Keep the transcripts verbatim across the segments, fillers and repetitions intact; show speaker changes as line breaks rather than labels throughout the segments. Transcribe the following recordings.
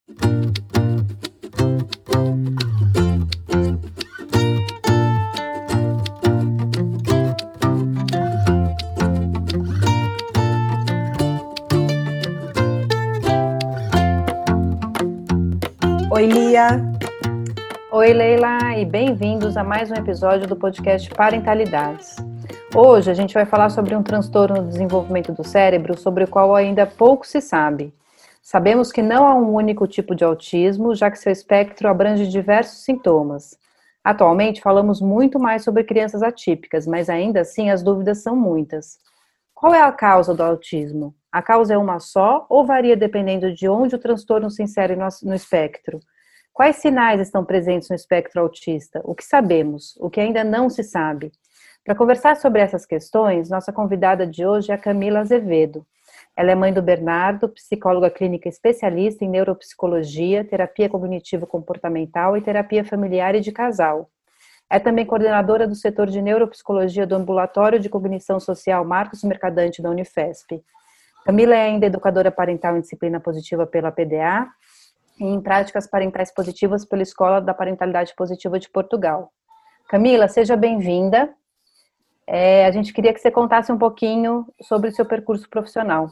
Oi, Lia.
Oi, Leila, e bem-vindos a mais um episódio do podcast Parentalidades. Hoje a gente vai falar sobre um transtorno do desenvolvimento do cérebro sobre o qual ainda pouco se sabe. Sabemos que não há um único tipo de autismo, já que seu espectro abrange diversos sintomas. Atualmente falamos muito mais sobre crianças atípicas, mas ainda assim as dúvidas são muitas. Qual é a causa do autismo? A causa é uma só ou varia dependendo de onde o transtorno se insere no, no espectro? Quais sinais estão presentes no espectro autista? O que sabemos? O que ainda não se sabe? Para conversar sobre essas questões, nossa convidada de hoje é a Camila Azevedo. Ela é mãe do Bernardo, psicóloga clínica especialista em neuropsicologia, terapia cognitivo-comportamental e terapia familiar e de casal. É também coordenadora do setor de neuropsicologia do Ambulatório de Cognição Social Marcos Mercadante da Unifesp. Camila é ainda educadora parental em disciplina positiva pela P D A e em práticas parentais positivas pela Escola da Parentalidade Positiva de Portugal. Camila, seja bem-vinda. É, a gente queria que você contasse um pouquinho sobre o seu percurso profissional.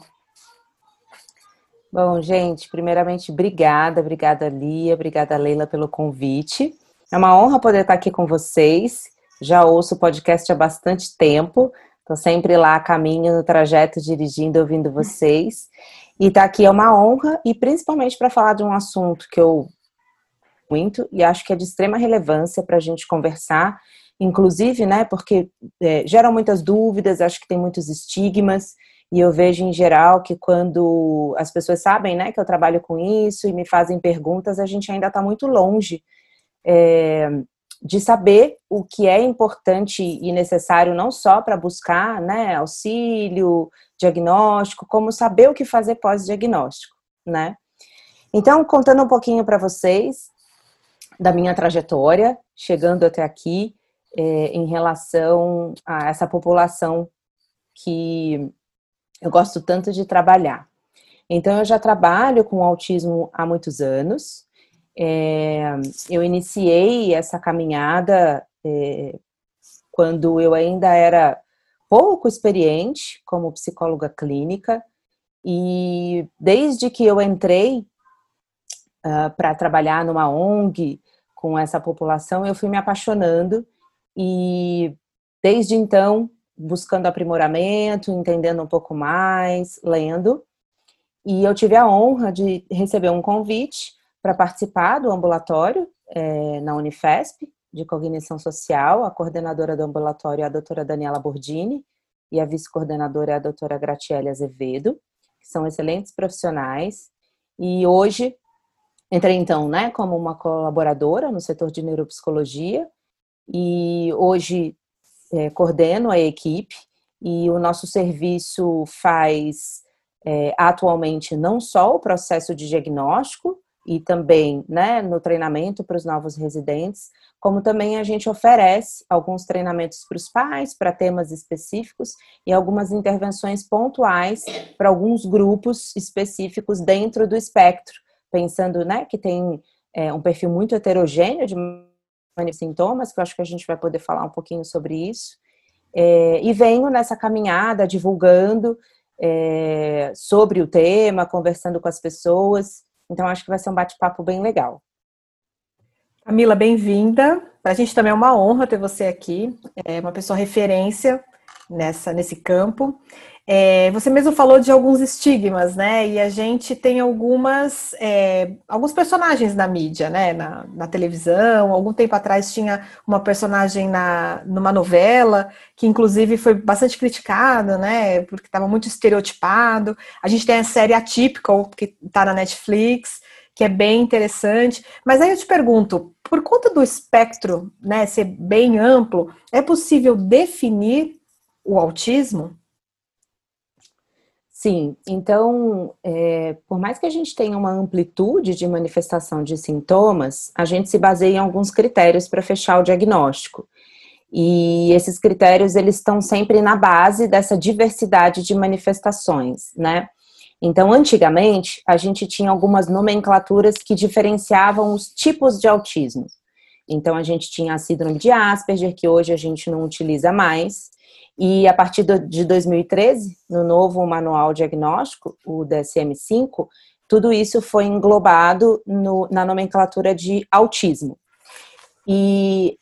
Bom, gente, primeiramente, obrigada, obrigada, Lia, obrigada, Leila, pelo convite. É uma honra poder estar aqui com vocês. Já ouço o podcast há bastante tempo. Estou sempre lá a caminho, no trajeto, dirigindo, ouvindo vocês. E estar aqui é uma honra, e principalmente para falar de um assunto que eu muito e acho que é de extrema relevância para a gente conversar, inclusive, né, porque é, geram muitas dúvidas, acho que tem muitos estigmas, e eu vejo em geral que quando as pessoas sabem, né, que eu trabalho com isso e me fazem perguntas, a gente ainda está muito longe é, de saber o que é importante e necessário não só para buscar, né, auxílio, diagnóstico, como saber o que fazer pós-diagnóstico, né? Então, contando um pouquinho para vocês da minha trajetória, chegando até aqui, é, em relação a essa população que eu gosto tanto de trabalhar. Então, eu já trabalho com autismo há muitos anos. É, eu iniciei essa caminhada é, quando eu ainda era pouco experiente como psicóloga clínica, e desde que eu entrei uh, para trabalhar numa O N G com essa população, eu fui me apaixonando e desde então buscando aprimoramento, entendendo um pouco mais, lendo, e eu tive a honra de receber um convite para participar do ambulatório é, na Unifesp, de Cognição Social. A coordenadora do ambulatório é a doutora Daniela Bordini e a vice-coordenadora é a doutora Graciele Azevedo, que são excelentes profissionais. E hoje, entrei então, né, como uma colaboradora no setor de neuropsicologia, e hoje é, coordeno a equipe, e o nosso serviço faz é, atualmente não só o processo de diagnóstico, e também, né, no treinamento para os novos residentes, como também a gente oferece alguns treinamentos para os pais, para temas específicos, e algumas intervenções pontuais para alguns grupos específicos dentro do espectro, pensando, né, que tem é, um perfil muito heterogêneo de sintomas, que eu acho que a gente vai poder falar um pouquinho sobre isso, é, e venho nessa caminhada divulgando é, sobre o tema, conversando com as pessoas. Então, acho que vai ser um bate-papo bem legal.
Camila, bem-vinda. Para a gente também é uma honra ter você aqui. É uma pessoa referência nessa, nesse campo. É, você mesmo falou de alguns estigmas, né? E a gente tem algumas, é, alguns personagens na mídia, né? Na, na televisão. Algum tempo atrás tinha uma personagem na, numa novela, que inclusive foi bastante criticada, né? Porque estava muito estereotipado. A gente tem a série Atypical, que está na Netflix, que é bem interessante. Mas aí eu te pergunto, por conta do espectro, né, ser bem amplo, é possível definir o autismo?
Sim, então, é, por mais que a gente tenha uma amplitude de manifestação de sintomas, a gente se baseia em alguns critérios para fechar o diagnóstico. E esses critérios, eles estão sempre na base dessa diversidade de manifestações, né? Então, antigamente, a gente tinha algumas nomenclaturas que diferenciavam os tipos de autismo. Então, a gente tinha a síndrome de Asperger, que hoje a gente não utiliza mais, e a partir de dois mil e treze, no novo manual diagnóstico, o D S M cinco, tudo isso foi englobado no, na nomenclatura de autismo. E,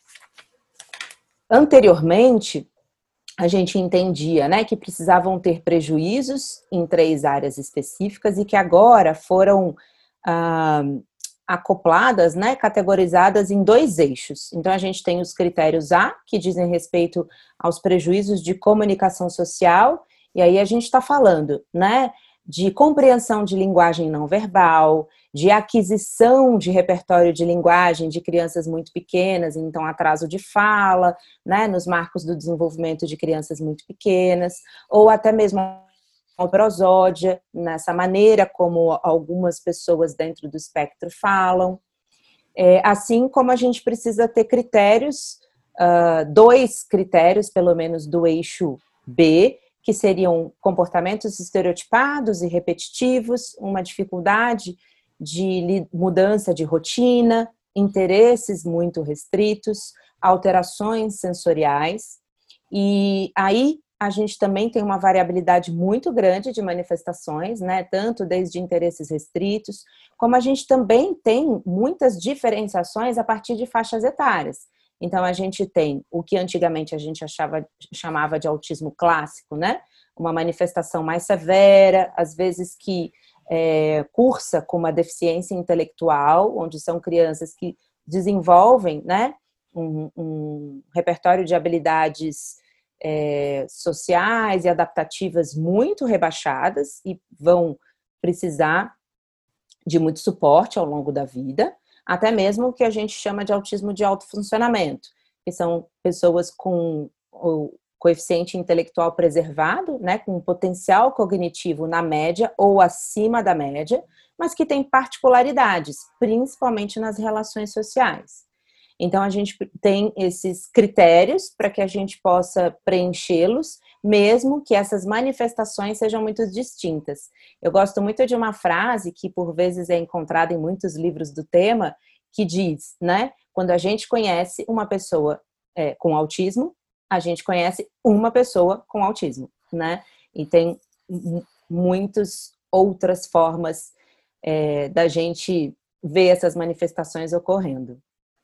anteriormente, a gente entendia, né, que precisavam ter prejuízos em três áreas específicas e que agora foram ah, acopladas, né, categorizadas em dois eixos. Então, a gente tem os critérios A, que dizem respeito aos prejuízos de comunicação social, e aí a gente está falando, né, de compreensão de linguagem não verbal, de aquisição de repertório de linguagem de crianças muito pequenas, então atraso de fala, né, nos marcos do desenvolvimento de crianças muito pequenas, ou até mesmo a prosódia, nessa maneira como algumas pessoas dentro do espectro falam. É, assim como a gente precisa ter critérios, uh, dois critérios, pelo menos, do eixo B, que seriam comportamentos estereotipados e repetitivos, uma dificuldade de mudança de rotina, interesses muito restritos, alterações sensoriais. E aí a gente também tem uma variabilidade muito grande de manifestações, né? Tanto desde interesses restritos, como a gente também tem muitas diferenciações a partir de faixas etárias. Então, a gente tem o que antigamente a gente achava, chamava de autismo clássico, né? Uma manifestação mais severa, às vezes que é, cursa com uma deficiência intelectual, onde são crianças que desenvolvem, né, um, um repertório de habilidades é, sociais e adaptativas muito rebaixadas e vão precisar de muito suporte ao longo da vida, até mesmo o que a gente chama de autismo de alto funcionamento, que são pessoas com o coeficiente intelectual preservado, né, com um potencial cognitivo na média ou acima da média, mas que tem particularidades, principalmente nas relações sociais. Então, a gente tem esses critérios para que a gente possa preenchê-los, mesmo que essas manifestações sejam muito distintas. Eu gosto muito de uma frase que, por vezes, é encontrada em muitos livros do tema, que diz, né, quando a gente conhece uma pessoa é, com autismo, a gente conhece uma pessoa com autismo, né? E tem muitas outras formas é, da gente ver essas manifestações ocorrendo.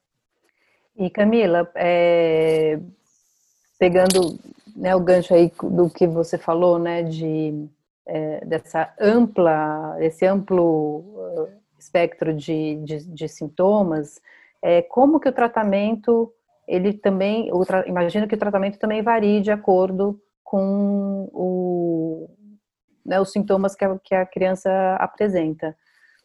E Camila, é, pegando, né, o gancho aí do que você falou, né, de, é, dessa ampla, esse amplo espectro de, de, de sintomas, é, como que o tratamento, ele também, o tra, imagino que o tratamento também varie de acordo com o, né, os sintomas que a, que a criança apresenta.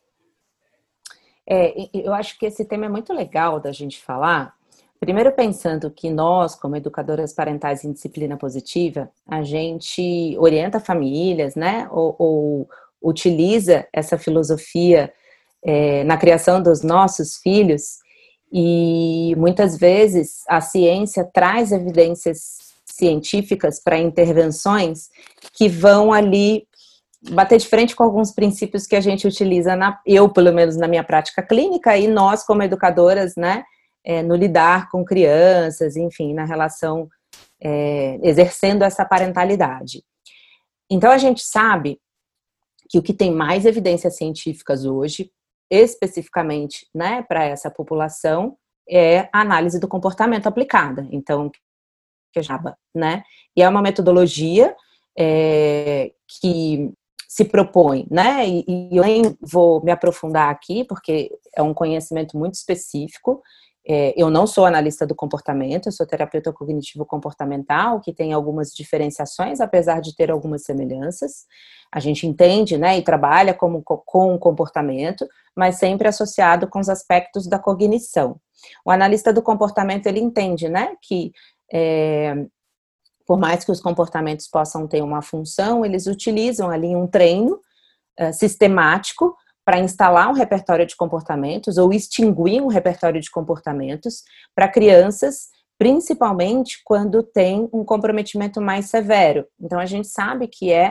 É, eu acho que esse tema é muito legal da gente falar. Primeiro pensando que nós, como educadoras parentais em disciplina positiva, a gente orienta famílias, né, ou, ou utiliza essa filosofia é, na criação dos nossos filhos, e muitas vezes a ciência traz evidências científicas para intervenções que vão ali bater de frente com alguns princípios que a gente utiliza, na, eu pelo menos na minha prática clínica, e nós como educadoras, né, É, no lidar com crianças, enfim, na relação, é, exercendo essa parentalidade. Então, a gente sabe que o que tem mais evidências científicas hoje, especificamente, né, para essa população, é a análise do comportamento aplicada. Então, que chama, né? E é uma metodologia é, que se propõe, né? E, e eu nem vou me aprofundar aqui, porque é um conhecimento muito específico. Eu não sou analista do comportamento, eu sou terapeuta cognitivo-comportamental, que tem algumas diferenciações, apesar de ter algumas semelhanças. A gente entende, né, e trabalha como, com o comportamento, mas sempre associado com os aspectos da cognição. O analista do comportamento, ele entende, né, que é, por mais que os comportamentos possam ter uma função, eles utilizam ali um treino é, sistemático para instalar um repertório de comportamentos ou extinguir um repertório de comportamentos para crianças, principalmente quando tem um comprometimento mais severo. Então, a gente sabe que é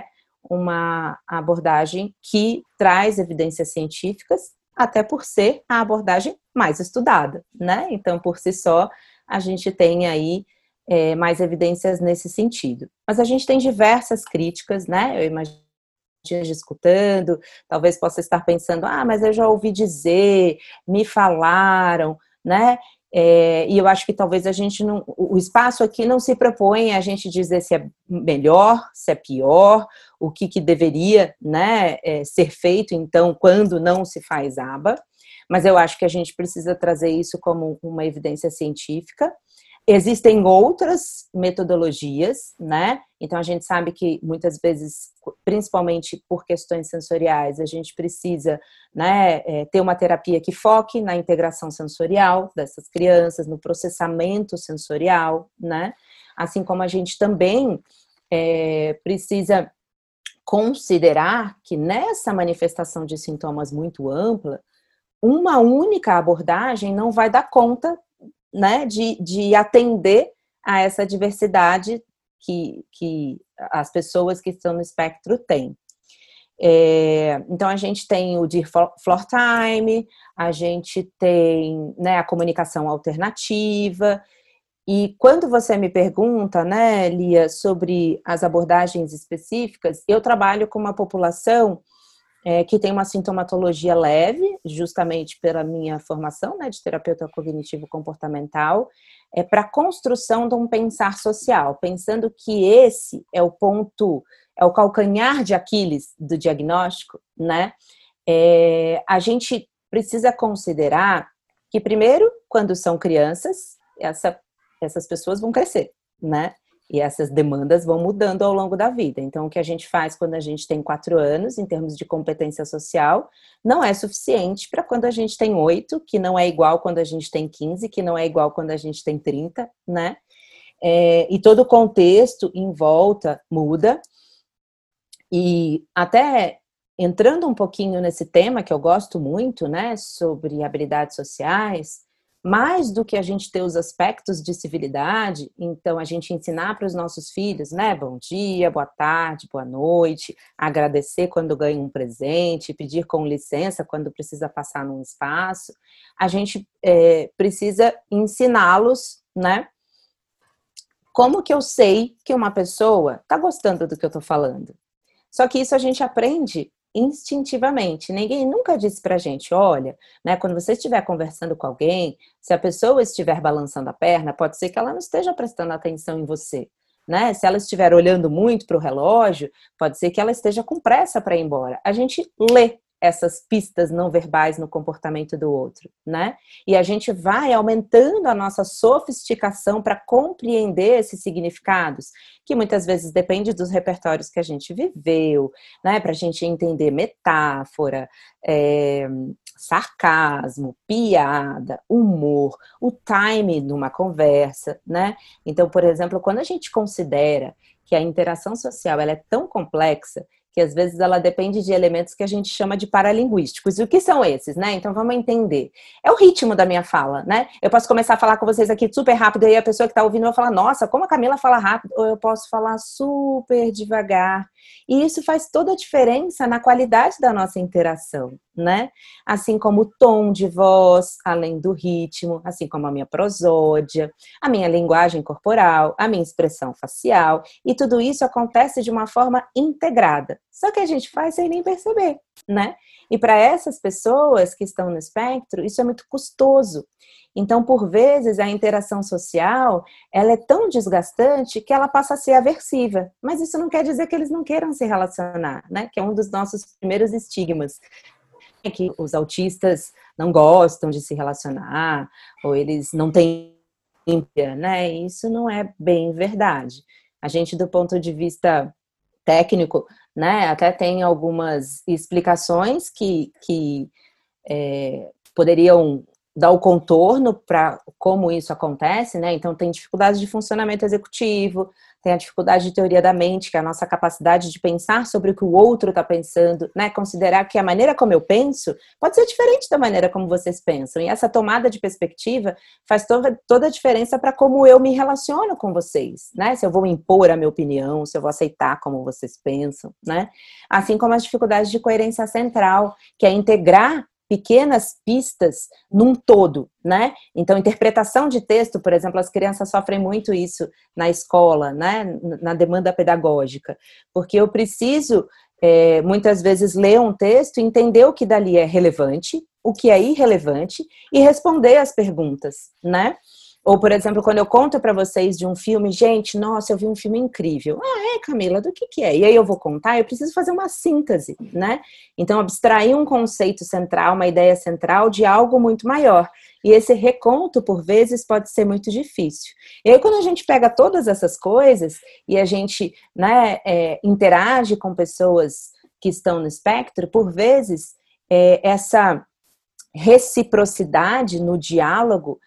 uma abordagem que traz evidências científicas, até por ser a abordagem mais estudada, né? Então, por si só, a gente tem aí é, mais evidências nesse sentido. Mas a gente tem diversas críticas, né? Eu imagino escutando, talvez possa estar pensando, ah, mas eu já ouvi dizer, me falaram, né? É, e eu acho que talvez a gente não, o espaço aqui não se propõe a gente dizer se é melhor, se é pior, o que, que deveria, né, é, ser feito, então, quando não se faz aba, mas eu acho que a gente precisa trazer isso como uma evidência científica. Existem outras metodologias, né? Então, a gente sabe que muitas vezes, principalmente por questões sensoriais, a gente precisa, né, ter uma terapia que foque na integração sensorial dessas crianças, no processamento sensorial, né? Assim como a gente também é, precisa considerar que nessa manifestação de sintomas muito ampla, uma única abordagem não vai dar conta, né, de, de atender a essa diversidade que, que as pessoas que estão no espectro têm. É, então, a gente tem o Dear Floor Time, a gente tem, né, a comunicação alternativa, e quando você me pergunta, né, Lia, sobre as abordagens específicas, eu trabalho com uma população É, que tem uma sintomatologia leve, justamente pela minha formação, né, de terapeuta cognitivo-comportamental, é para a construção de um pensar social, pensando que esse é o ponto, é o calcanhar de Aquiles do diagnóstico, né? É, a gente precisa considerar que, primeiro, quando são crianças, essa, essas pessoas vão crescer, né? E essas demandas vão mudando ao longo da vida. Então, o que a gente faz quando a gente tem quatro anos, em termos de competência social, não é suficiente para quando a gente tem oito, que não é igual quando a gente tem quinze, que não é igual quando a gente tem trinta, né? É, e todo o contexto em volta muda. E até entrando um pouquinho nesse tema, que eu gosto muito, né, sobre habilidades sociais, mais do que a gente ter os aspectos de civilidade, então a gente ensinar para os nossos filhos, né, bom dia, boa tarde, boa noite, agradecer quando ganha um presente, pedir com licença quando precisa passar num espaço, a gente é, precisa ensiná-los, né, como que eu sei que uma pessoa está gostando do que eu estou falando. Só que isso a gente aprende instintivamente. Ninguém nunca disse pra gente, olha, né, quando você estiver conversando com alguém, se a pessoa estiver balançando a perna, pode ser que ela não esteja prestando atenção em você, né? Se ela estiver olhando muito para o relógio, pode ser que ela esteja com pressa para ir embora. A gente lê essas pistas não verbais no comportamento do outro, né? E a gente vai aumentando a nossa sofisticação para compreender esses significados, que muitas vezes depende dos repertórios que a gente viveu, né? Para a gente entender metáfora, é, sarcasmo, piada, humor, o time numa conversa, né? Então, por exemplo, quando a gente considera que a interação social ela é tão complexa, que às vezes ela depende de elementos que a gente chama de paralinguísticos. E o que são esses, né? Então vamos entender. É o ritmo da minha fala, né? Eu posso começar a falar com vocês aqui super rápido, e aí a pessoa que está ouvindo vai falar, nossa, como a Camila fala rápido, ou eu posso falar super devagar. E isso faz toda a diferença na qualidade da nossa interação, né? Assim como o tom de voz, além do ritmo, assim como a minha prosódia, a minha linguagem corporal, a minha expressão facial, e tudo isso acontece de uma forma integrada. Só que a gente faz sem nem perceber, né? E para essas pessoas que estão no espectro, isso é muito custoso. Então, por vezes, a interação social, ela é tão desgastante que ela passa a ser aversiva. Mas isso não quer dizer que eles não queiram se relacionar, né? Que é um dos nossos primeiros estigmas. É que os autistas não gostam de se relacionar, ou eles não têm, né? Isso não é bem verdade. A gente, do ponto de vista técnico, né, até tem algumas explicações que, que é, poderiam dar o contorno para como isso acontece, né? Então tem dificuldades de funcionamento executivo, tem a dificuldade de teoria da mente, que é a nossa capacidade de pensar sobre o que o outro está pensando, né? Considerar que a maneira como eu penso pode ser diferente da maneira como vocês pensam. E essa tomada de perspectiva faz toda, toda a diferença para como eu me relaciono com vocês, né? Se eu vou impor a minha opinião, se eu vou aceitar como vocês pensam, né? Assim como as dificuldades de coerência central, que é integrar pequenas pistas num todo, né? Então, interpretação de texto, por exemplo, as crianças sofrem muito isso na escola, né? Na demanda pedagógica, porque eu preciso, é, muitas vezes, ler um texto, entender o que dali é relevante, o que é irrelevante e responder as perguntas, né? Ou, por exemplo, quando eu conto para vocês de um filme, gente, nossa, eu vi um filme incrível. Ah, é, Camila, do que que é? E aí eu vou contar, eu preciso fazer uma síntese, né? Então, abstrair um conceito central, uma ideia central de algo muito maior. E esse reconto, por vezes, pode ser muito difícil. E aí, quando a gente pega todas essas coisas e a gente, né, é, interage com pessoas que estão no espectro, por vezes, é, essa reciprocidade no diálogo,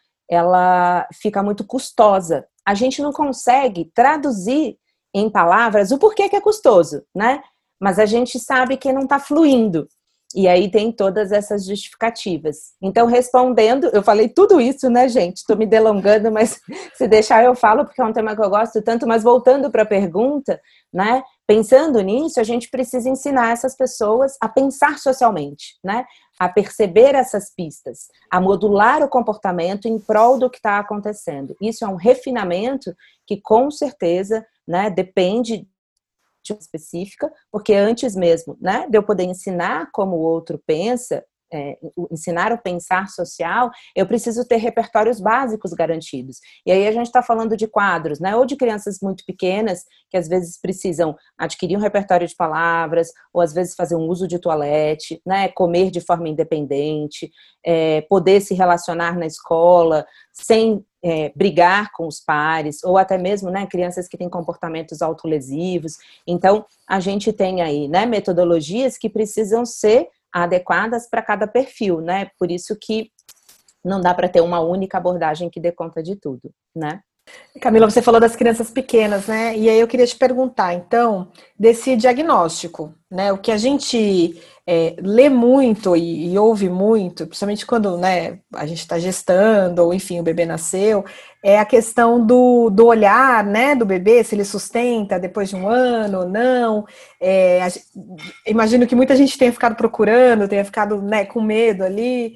ela fica muito custosa. A gente não consegue traduzir em palavras o porquê que é custoso, né? Mas a gente sabe que não está fluindo. E aí tem todas essas justificativas. Então, respondendo, eu falei tudo isso, né, gente? Estou me delongando, mas se deixar eu falo, porque é um tema que eu gosto tanto. Mas voltando para a pergunta, né? Pensando nisso, a gente precisa ensinar essas pessoas a pensar socialmente, né? A perceber essas pistas, a modular o comportamento em prol do que está acontecendo. Isso é um refinamento que, com certeza, né, depende de uma específica, porque antes mesmo, né, de eu poder ensinar como o outro pensa, é, ensinar o pensar social, eu preciso ter repertórios básicos garantidos. E aí a gente está falando de quadros, né, ou de crianças muito pequenas, que às vezes precisam adquirir um repertório de palavras, ou às vezes fazer um uso de toalete, né, comer de forma independente, é, poder se relacionar na escola, sem é, brigar com os pares, ou até mesmo, né, crianças que têm comportamentos autolesivos. Então, a gente tem aí, né, metodologias que precisam ser adequadas para cada perfil, né? Por isso que não dá para ter uma única abordagem que dê conta de tudo, né?
Camila, você falou das crianças pequenas, né? E aí eu queria te perguntar, então, desse diagnóstico, né? O que a gente é, lê muito e, e ouve muito, principalmente quando, né, a gente está gestando, ou enfim, o bebê nasceu, é a questão do, do olhar, né, do bebê, se ele sustenta depois de um ano ou não. É, a, imagino que muita gente tenha ficado procurando, tenha ficado, né, com medo ali.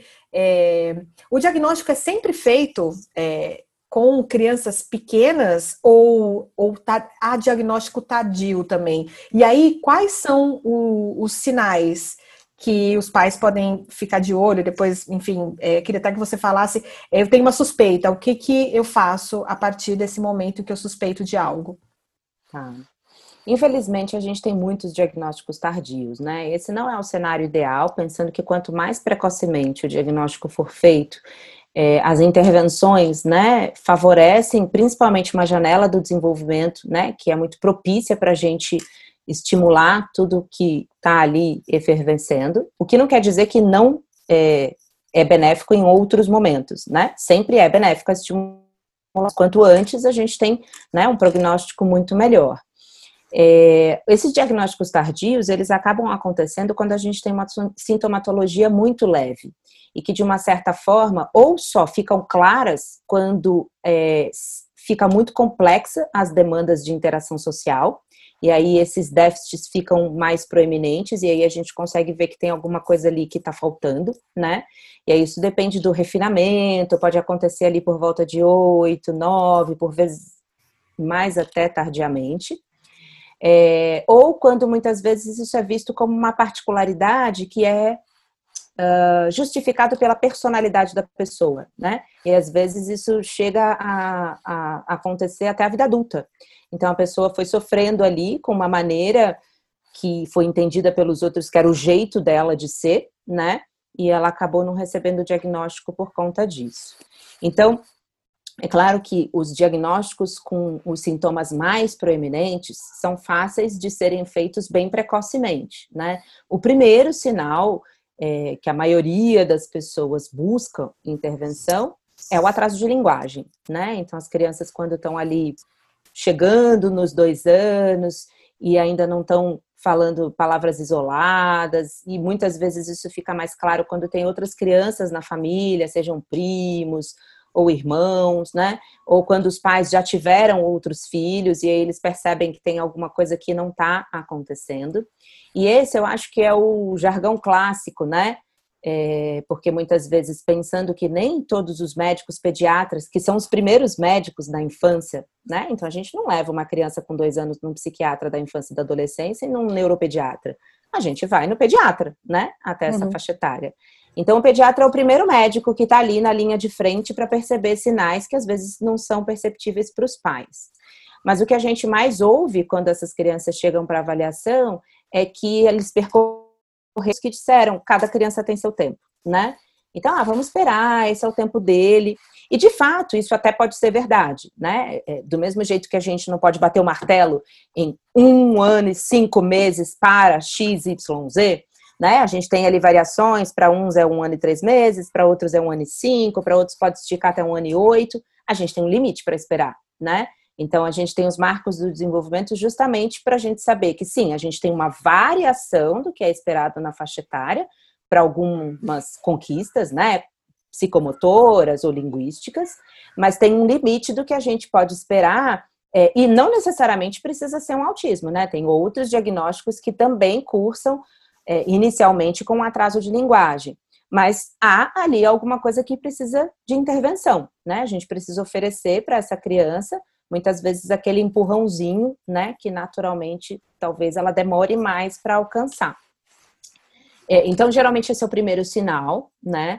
É, o diagnóstico é sempre feito... É, com crianças pequenas ou, ou tá, há diagnóstico tardio também? E aí, quais são o, os sinais que os pais podem ficar de olho? Depois, enfim, é, queria até que você falasse, eu tenho uma suspeita, o que, que eu faço a partir desse momento que eu suspeito de algo?
Tá. Infelizmente, a gente tem muitos diagnósticos tardios, né? Esse não é o cenário ideal, pensando que quanto mais precocemente o diagnóstico for feito, É, as intervenções, né, favorecem principalmente uma janela do desenvolvimento, né, que é muito propícia para a gente estimular tudo que está ali efervescendo, o que não quer dizer que não é, é benéfico em outros momentos, né, sempre é benéfico a estimular, quanto antes a gente tem, né, um prognóstico muito melhor. É, esses diagnósticos tardios, eles acabam acontecendo quando a gente tem uma sintomatologia muito leve e que, de uma certa forma, ou só ficam claras quando é, fica muito complexa as demandas de interação social, e aí esses déficits ficam mais proeminentes, e aí a gente consegue ver que tem alguma coisa ali que está faltando, né? E aí isso depende do refinamento, pode acontecer ali por volta de oito, nove, por vezes mais até tardiamente. É, ou quando muitas vezes isso é visto como uma particularidade que é uh, justificado pela personalidade da pessoa, né? E às vezes isso chega a, a acontecer até a vida adulta. Então a pessoa foi sofrendo ali com uma maneira que foi entendida pelos outros que era o jeito dela de ser, né? E ela acabou não recebendo o diagnóstico por conta disso. Então, é claro que os diagnósticos com os sintomas mais proeminentes são fáceis de serem feitos bem precocemente, né? O primeiro sinal é, que a maioria das pessoas buscam intervenção é o atraso de linguagem, né? Então, as crianças, quando estão ali chegando nos dois anos e ainda não estão falando palavras isoladas, e muitas vezes isso fica mais claro quando tem outras crianças na família, sejam primos ou irmãos, né? Ou quando os pais já tiveram outros filhos e aí eles percebem que tem alguma coisa que não está acontecendo. E esse eu acho que é o jargão clássico, né? É, porque muitas vezes pensando que nem todos os médicos pediatras, que são os primeiros médicos da infância, né? Então a gente não leva uma criança com dois anos num psiquiatra da infância e da adolescência e num neuropediatra. A gente vai no pediatra, né? Até essa uhum. faixa etária. Então o pediatra é o primeiro médico que está ali na linha de frente para perceber sinais que às vezes não são perceptíveis para os pais. Mas o que a gente mais ouve quando essas crianças chegam para avaliação é que eles percorrem que disseram, cada criança tem seu tempo, né? Então, ah, vamos esperar, esse é o tempo dele. E, de fato, isso até pode ser verdade, né? É, do mesmo jeito que a gente não pode bater o martelo em um ano e cinco meses para X, Y, Z, né? A gente tem ali variações, para uns é um ano e três meses, para outros é um ano e cinco, para outros pode esticar até um ano e oito. A gente tem um limite para esperar, né? Então, a gente tem os marcos do desenvolvimento justamente para a gente saber que, sim, a gente tem uma variação do que é esperado na faixa etária para algumas conquistas, né, psicomotoras ou linguísticas, mas tem um limite do que a gente pode esperar é, e não necessariamente precisa ser um autismo, né? Tem outros diagnósticos que também cursam é, inicialmente com um atraso de linguagem. Mas há ali alguma coisa que precisa de intervenção, né? A gente precisa oferecer para essa criança muitas vezes aquele empurrãozinho, né, que naturalmente talvez ela demore mais para alcançar. É, então, geralmente esse é o primeiro sinal, né?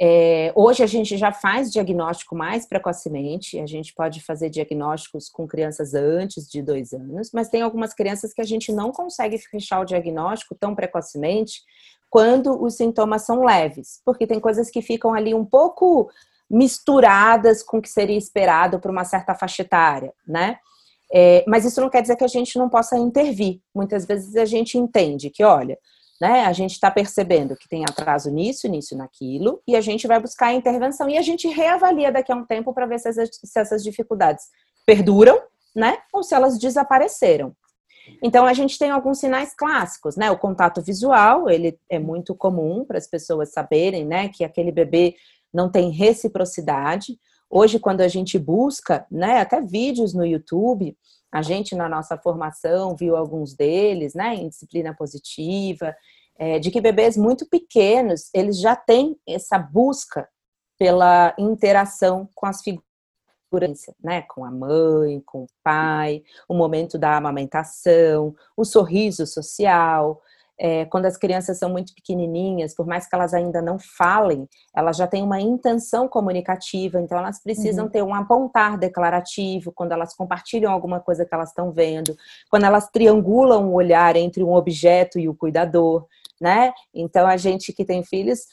É, hoje a gente já faz diagnóstico mais precocemente, a gente pode fazer diagnósticos com crianças antes de dois anos, mas tem algumas crianças que a gente não consegue fechar o diagnóstico tão precocemente quando os sintomas são leves, porque tem coisas que ficam ali um pouco misturadas com o que seria esperado para uma certa faixa etária, né? É, mas isso não quer dizer que a gente não possa intervir. Muitas vezes a gente entende que, olha, né, a gente está percebendo que tem atraso nisso, nisso, naquilo, e a gente vai buscar a intervenção e a gente reavalia daqui a um tempo para ver se essas, se essas dificuldades perduram, né, ou se elas desapareceram. Então, a gente tem alguns sinais clássicos, né? O contato visual, ele é muito comum para as pessoas saberem, né, que aquele bebê não tem reciprocidade. Hoje, quando a gente busca, né, até vídeos no YouTube, a gente, na nossa formação, viu alguns deles, né, em disciplina positiva, é, de que bebês muito pequenos, eles já têm essa busca pela interação com as figuras, né, com a mãe, com o pai, o momento da amamentação, o sorriso social. É, quando as crianças são muito pequenininhas, por mais que elas ainda não falem, elas já têm uma intenção comunicativa, então elas precisam uhum. ter um apontar declarativo, quando elas compartilham alguma coisa que elas estão vendo, quando elas triangulam o olhar entre um objeto e o cuidador, né? Então a gente que tem filhos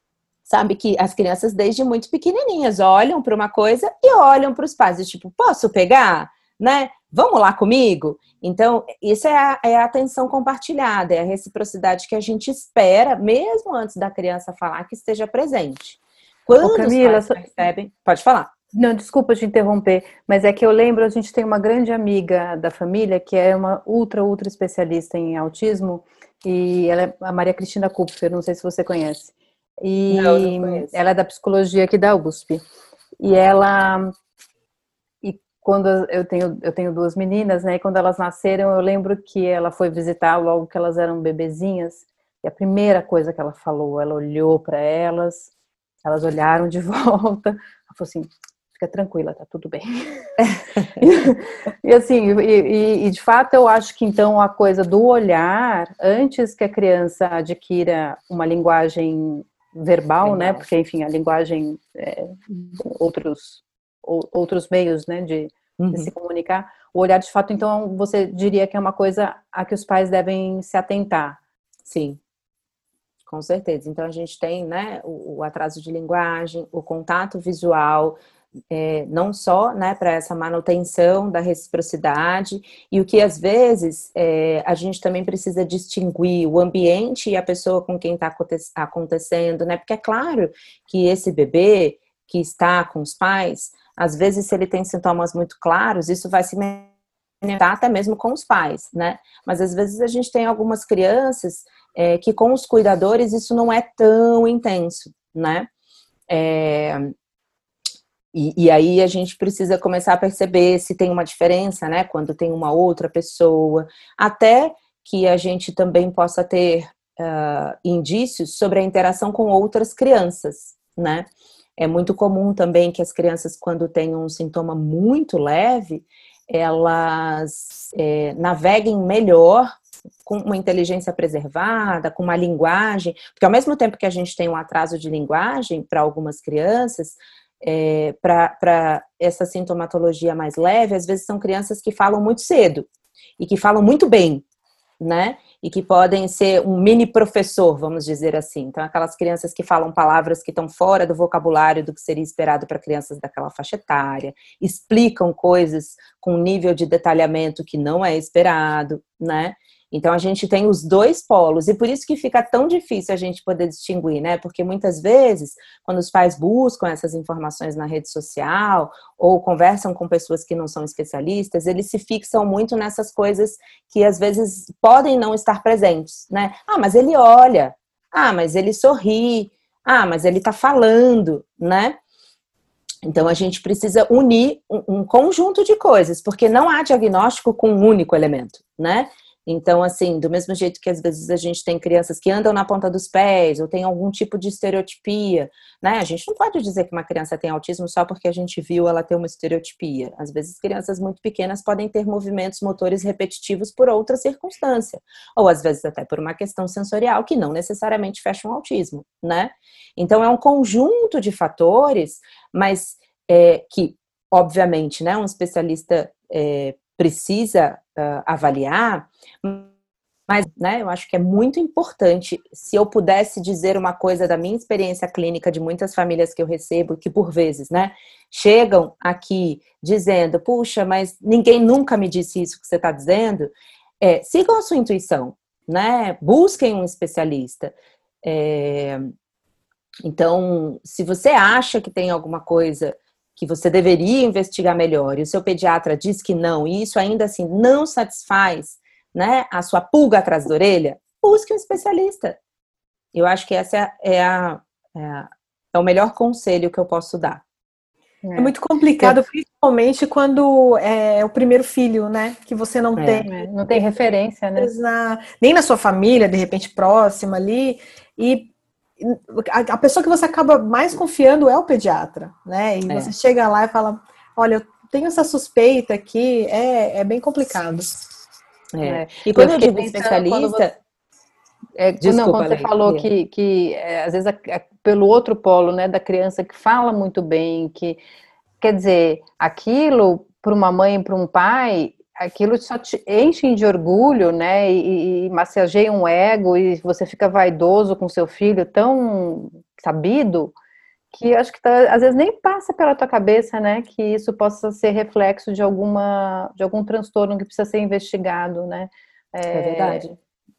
sabe que as crianças desde muito pequenininhas olham para uma coisa e olham para os pais, e tipo, posso pegar? Né? Vamos lá comigo? Então, isso é a, é a atenção compartilhada, é a reciprocidade que a gente espera, mesmo antes da criança falar, que esteja presente. Quando Ô, Camila, os pais percebem... Pode falar.
Não, desculpa te interromper, mas é que eu lembro, a gente tem uma grande amiga da família, que é uma ultra, ultra especialista em autismo, e ela é a Maria Cristina Kupfer, não sei se você conhece. E não, não conheço. Ela é da psicologia aqui da U S P. E ela... Quando eu tenho, eu tenho duas meninas, né, e quando elas nasceram, eu lembro que ela foi visitar logo que elas eram bebezinhas, e a primeira coisa que ela falou, ela olhou para elas, elas olharam de volta, ela falou assim, fica tranquila, tá tudo bem. e assim, e, e, e de fato eu acho que então a coisa do olhar, antes que a criança adquira uma linguagem verbal, verbal. né, porque enfim, a linguagem, é, outros... outros meios, né, de, uhum. de se comunicar, o olhar de fato, então, você diria que é uma coisa a que os pais devem se atentar.
Sim, com certeza. Então, a gente tem, né, o, o atraso de linguagem, o contato visual, é, não só, né, para essa manutenção da reciprocidade, e o que, às vezes, é, a gente também precisa distinguir o ambiente e a pessoa com quem está acontecendo, né, porque é claro que esse bebê que está com os pais, Às vezes, se ele tem sintomas muito claros, isso vai se manifestar até mesmo com os pais, né? Mas às vezes a gente tem algumas crianças é, que com os cuidadores isso não é tão intenso, né? É, e, e aí a gente precisa começar a perceber se tem uma diferença, né? Quando tem uma outra pessoa, até que a gente também possa ter uh, indícios sobre a interação com outras crianças, né? É muito comum também que as crianças, quando têm um sintoma muito leve, elas é, naveguem melhor com uma inteligência preservada, com uma linguagem, porque ao mesmo tempo que a gente tem um atraso de linguagem para algumas crianças, é, para essa sintomatologia mais leve, às vezes são crianças que falam muito cedo e que falam muito bem, né? E que podem ser um mini professor, vamos dizer assim. Então, aquelas crianças que falam palavras que estão fora do vocabulário do que seria esperado para crianças daquela faixa etária, explicam coisas com um nível de detalhamento que não é esperado, né? Então, a gente tem os dois polos, e por isso que fica tão difícil a gente poder distinguir, né? Porque muitas vezes, quando os pais buscam essas informações na rede social, ou conversam com pessoas que não são especialistas, eles se fixam muito nessas coisas que às vezes podem não estar presentes, né? Ah, mas ele olha, ah, mas ele sorri, ah, mas ele tá falando, né? Então, a gente precisa unir um, um conjunto de coisas, porque não há diagnóstico com um único elemento, né? Então, assim, do mesmo jeito que às vezes a gente tem crianças que andam na ponta dos pés, ou tem algum tipo de estereotipia, né? A gente não pode dizer que uma criança tem autismo só porque a gente viu ela ter uma estereotipia. Às vezes, crianças muito pequenas podem ter movimentos motores repetitivos por outra circunstância, ou às vezes até por uma questão sensorial que não necessariamente fecha um autismo, né? Então, é um conjunto de fatores, mas é, que, obviamente, né, um especialista é, precisa uh, avaliar, mas, né, eu acho que é muito importante, se eu pudesse dizer uma coisa da minha experiência clínica de muitas famílias que eu recebo, que por vezes, né, chegam aqui dizendo, puxa, mas ninguém nunca me disse isso que você está dizendo, é, sigam a sua intuição, né, busquem um especialista. É, então, se você acha que tem alguma coisa que você deveria investigar melhor, e o seu pediatra diz que não, e isso ainda assim não satisfaz, né, a sua pulga atrás da orelha, busque um especialista. Eu acho que essa é, a, é, a, é o melhor conselho que eu posso dar.
É, é muito complicado, principalmente quando é o primeiro filho, né, que você não
é,
tem.
É, não tem referência, né?
Na, nem na sua família, de repente, próxima ali, e a pessoa que você acaba mais confiando é o pediatra, né? E é. você chega lá e fala, olha, eu tenho essa suspeita aqui, é, é bem complicado.
É. É. E quando eu, eu digo especialista...
Você, é, Desculpa, não, quando você Leila. falou que, que é, às vezes, a, a, pelo outro polo, né, da criança que fala muito bem, que, quer dizer, aquilo, para uma mãe e para um pai... aquilo só te enche de orgulho, né, e, e massageia um ego, e você fica vaidoso com seu filho tão sabido, que acho que tá, às vezes nem passa pela tua cabeça, né, que isso possa ser reflexo de alguma, de algum transtorno que precisa ser investigado, né.
É, é verdade.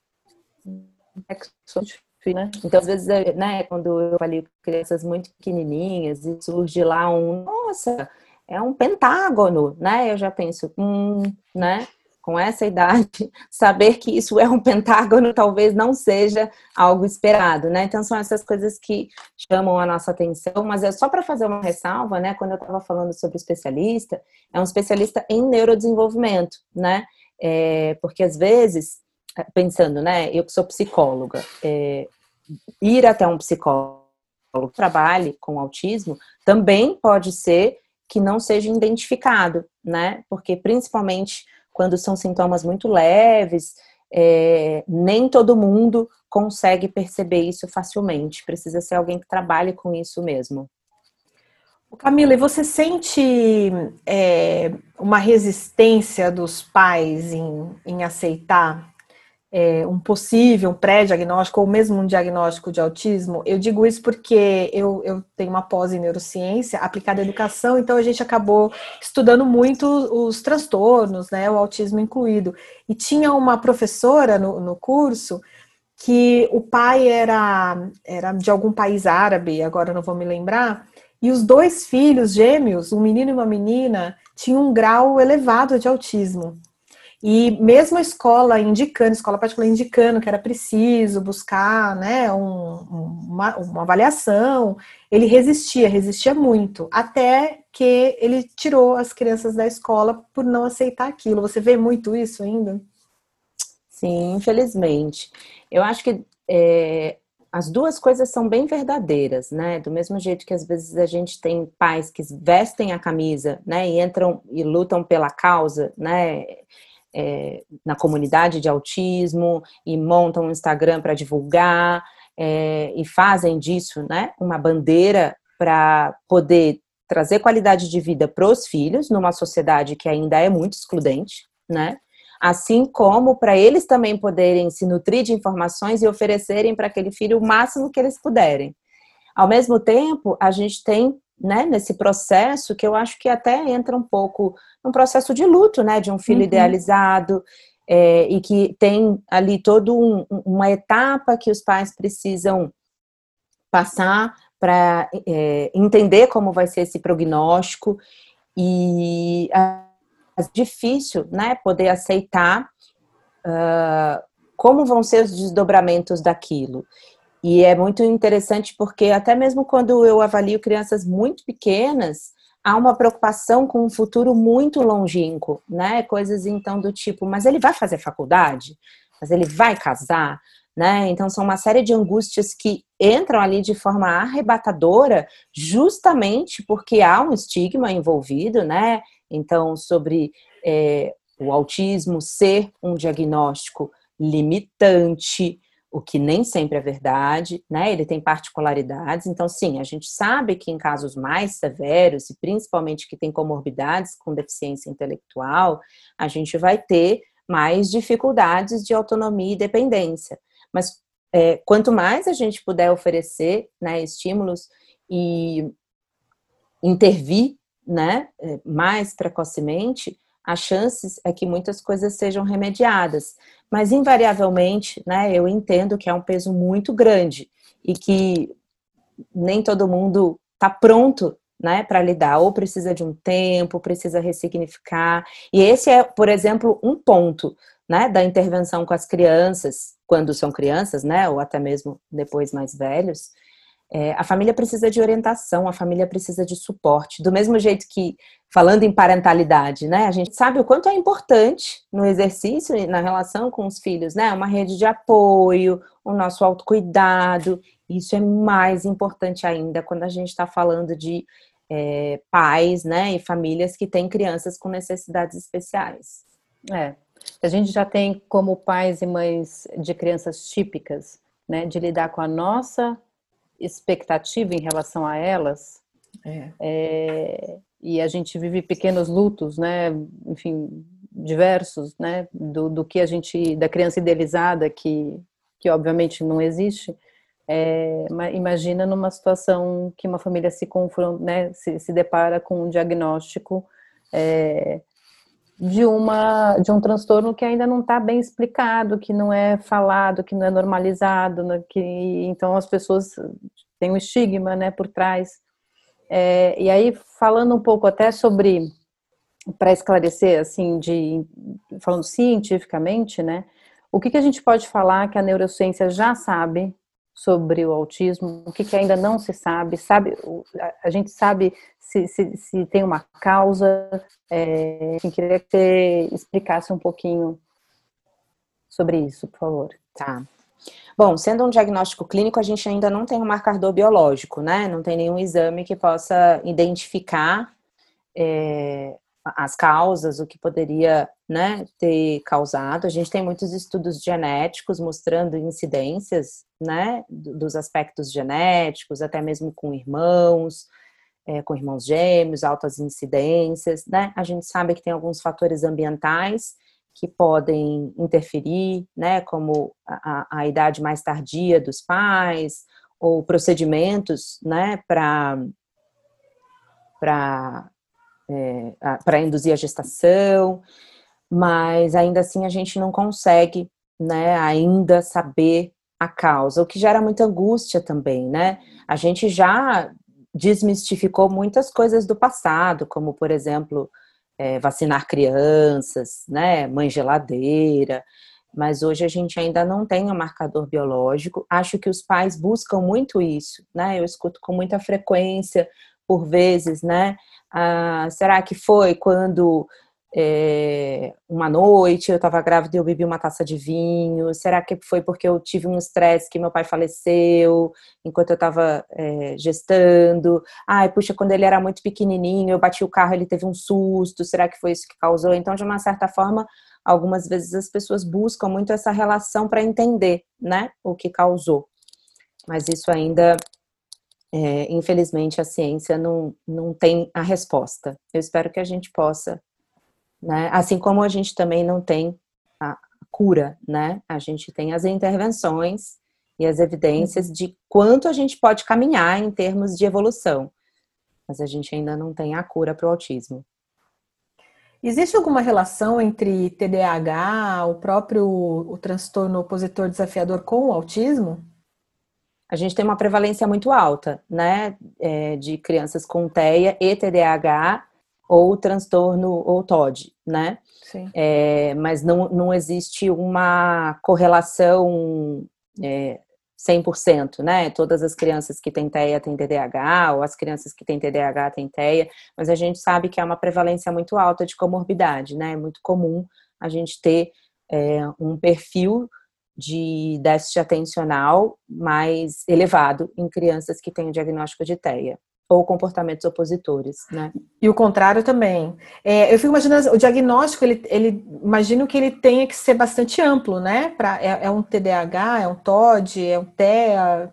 Né? Então, às vezes, né, quando eu falei com crianças muito pequenininhas, e surge lá um, nossa... é um pentágono, né? Eu já penso, hum, né? Com essa idade, saber que isso é um pentágono talvez não seja algo esperado, né? Então, são essas coisas que chamam a nossa atenção, mas é só para fazer uma ressalva, né? Quando eu estava falando sobre especialista, é um especialista em neurodesenvolvimento, né? É, porque às vezes, pensando, né? Eu que sou psicóloga, é, ir até um psicólogo que trabalhe com autismo também pode ser que não seja identificado, né? Porque principalmente quando são sintomas muito leves, é, nem todo mundo consegue perceber isso facilmente. Precisa ser alguém que trabalhe com isso mesmo.
Camila, e você sente é, uma resistência dos pais em, em aceitar É, um possível, um pré-diagnóstico ou mesmo um diagnóstico de autismo? Eu digo isso porque eu, eu tenho uma pós em neurociência aplicada à educação, então a gente acabou estudando muito os transtornos, né, o autismo incluído. E tinha uma professora no, no curso que o pai era, era de algum país árabe, agora não vou me lembrar, E os dois filhos gêmeos, um menino e uma menina, tinham um grau elevado de autismo. E mesmo a escola indicando, a escola particular indicando que era preciso buscar, né, um, uma, uma avaliação, ele resistia, resistia muito, até que ele tirou as crianças da escola por não aceitar aquilo. Você vê muito isso ainda?
Sim, infelizmente. Eu acho que é, as duas coisas são bem verdadeiras, né? Do mesmo jeito que às vezes a gente tem pais que vestem a camisa, né, e entram e lutam pela causa, né? É, na comunidade de autismo e montam um Instagram para divulgar é, e fazem disso, né, uma bandeira para poder trazer qualidade de vida para os filhos numa sociedade que ainda é muito excludente, né? Assim como para eles também poderem se nutrir de informações e oferecerem para aquele filho o máximo que eles puderem. Ao mesmo tempo, a gente tem, né, nesse processo, que eu acho que até entra um pouco num processo de luto, né, de um filho uhum. idealizado, é, e que tem ali toda um, uma etapa que os pais precisam passar para é, entender como vai ser esse prognóstico, e é difícil, né, poder aceitar uh, como vão ser os desdobramentos daquilo. E é muito interessante porque até mesmo quando eu avalio crianças muito pequenas, há uma preocupação com um futuro muito longínquo, né? Coisas então do tipo, mas ele vai fazer faculdade? Mas ele vai casar? Né? Então são uma série de angústias que entram ali de forma arrebatadora, justamente porque há um estigma envolvido, né? Então sobre é, o autismo ser um diagnóstico limitante, o que nem sempre é verdade, né? Ele tem particularidades. Então, sim, a gente sabe que em casos mais severos, e principalmente que tem comorbidades com deficiência intelectual, a gente vai ter mais dificuldades de autonomia e dependência. Mas é, quanto mais a gente puder oferecer, né, estímulos e intervir, né, mais precocemente, as chances é que muitas coisas sejam remediadas. Mas, invariavelmente, né, eu entendo que é um peso muito grande e que nem todo mundo está pronto, né, para lidar, ou precisa de um tempo, precisa ressignificar. E esse é, por exemplo, um ponto, né, da intervenção com as crianças, quando são crianças, né, ou até mesmo depois mais velhos. É, a família precisa de orientação, a família precisa de suporte. Do mesmo jeito que, falando em parentalidade, né, a gente sabe o quanto é importante no exercício e na relação com os filhos, né, uma rede de apoio, o nosso autocuidado. Isso é mais importante ainda quando a gente está falando de é, pais, né, e famílias que têm crianças com necessidades especiais.
É, a gente já tem como pais e mães de crianças típicas, né, de lidar com a nossa expectativa em relação a elas, é. É, e a gente vive pequenos lutos, né, enfim, diversos, né, do, do que a gente, da criança idealizada, que, que obviamente não existe. É, imagina numa situação que uma família se confronta, né, se, se depara com um diagnóstico é, de, uma, de um transtorno que ainda não está bem explicado, que não é falado, que não é normalizado, né, que, então as pessoas têm um estigma, né, por trás. É, e aí, falando um pouco até sobre, para esclarecer, assim, de, falando cientificamente, né, o que, que a gente pode falar que a neurociência já sabe sobre o autismo, o que, que ainda não se sabe, sabe, a gente sabe se, se, se tem uma causa, é, enfim, queria que você explicasse um pouquinho sobre isso, por favor.
Tá. Bom, sendo um diagnóstico clínico, a gente ainda não tem um marcador biológico, né, não tem nenhum exame que possa identificar é, as causas, o que poderia, né, ter causado. A gente tem muitos estudos genéticos mostrando incidências, né, dos aspectos genéticos, até mesmo com irmãos, é, com irmãos gêmeos, altas incidências, né. A gente sabe que tem alguns fatores ambientais que podem interferir, né, como a, a idade mais tardia dos pais, ou procedimentos, né, para para É, para induzir a gestação, mas ainda assim a gente não consegue, né, ainda saber a causa, o que gera muita angústia também, né? A gente já desmistificou muitas coisas do passado, como, por exemplo, é, vacinar crianças, né, mãe geladeira, mas hoje a gente ainda não tem um marcador biológico. Acho que os pais buscam muito isso, né, eu escuto com muita frequência, por vezes, né, ah, será que foi quando... É, uma noite eu estava grávida e eu bebi uma taça de vinho, será que foi porque eu tive um estresse que meu pai faleceu enquanto eu estava é, gestando, ai puxa, quando ele era muito pequenininho eu bati o carro, ele teve um susto, será que foi isso que causou? Então, de uma certa forma, algumas vezes as pessoas buscam muito essa relação para entender, né, o que causou, mas isso ainda é, infelizmente a ciência não, não tem a resposta. Eu espero que a gente possa, né? Assim como a gente também não tem a cura, né? A gente tem as intervenções e as evidências de quanto a gente pode caminhar em termos de evolução, mas a gente ainda não tem a cura para o autismo.
Existe alguma relação entre T D A H, o próprio o transtorno opositor desafiador com o autismo?
A gente tem uma prevalência muito alta, né? É, de crianças com T E A e T D A H, ou transtorno, ou T O D, né?
Sim.
É, mas não, não existe uma correlação é, cem por cento, né? Todas as crianças que têm T E A têm T D A H, ou as crianças que têm T D A H têm T E A, mas a gente sabe que é uma prevalência muito alta de comorbidade, né? É muito comum a gente ter é, um perfil de déficit atencional mais elevado em crianças que têm o diagnóstico de T E A. Ou comportamentos opositores, né?
E o contrário também. É, eu fico imaginando, o diagnóstico, ele, ele, imagino que ele tenha que ser bastante amplo, né? Pra, é, é um T D A H, é um T O D, é um T E A?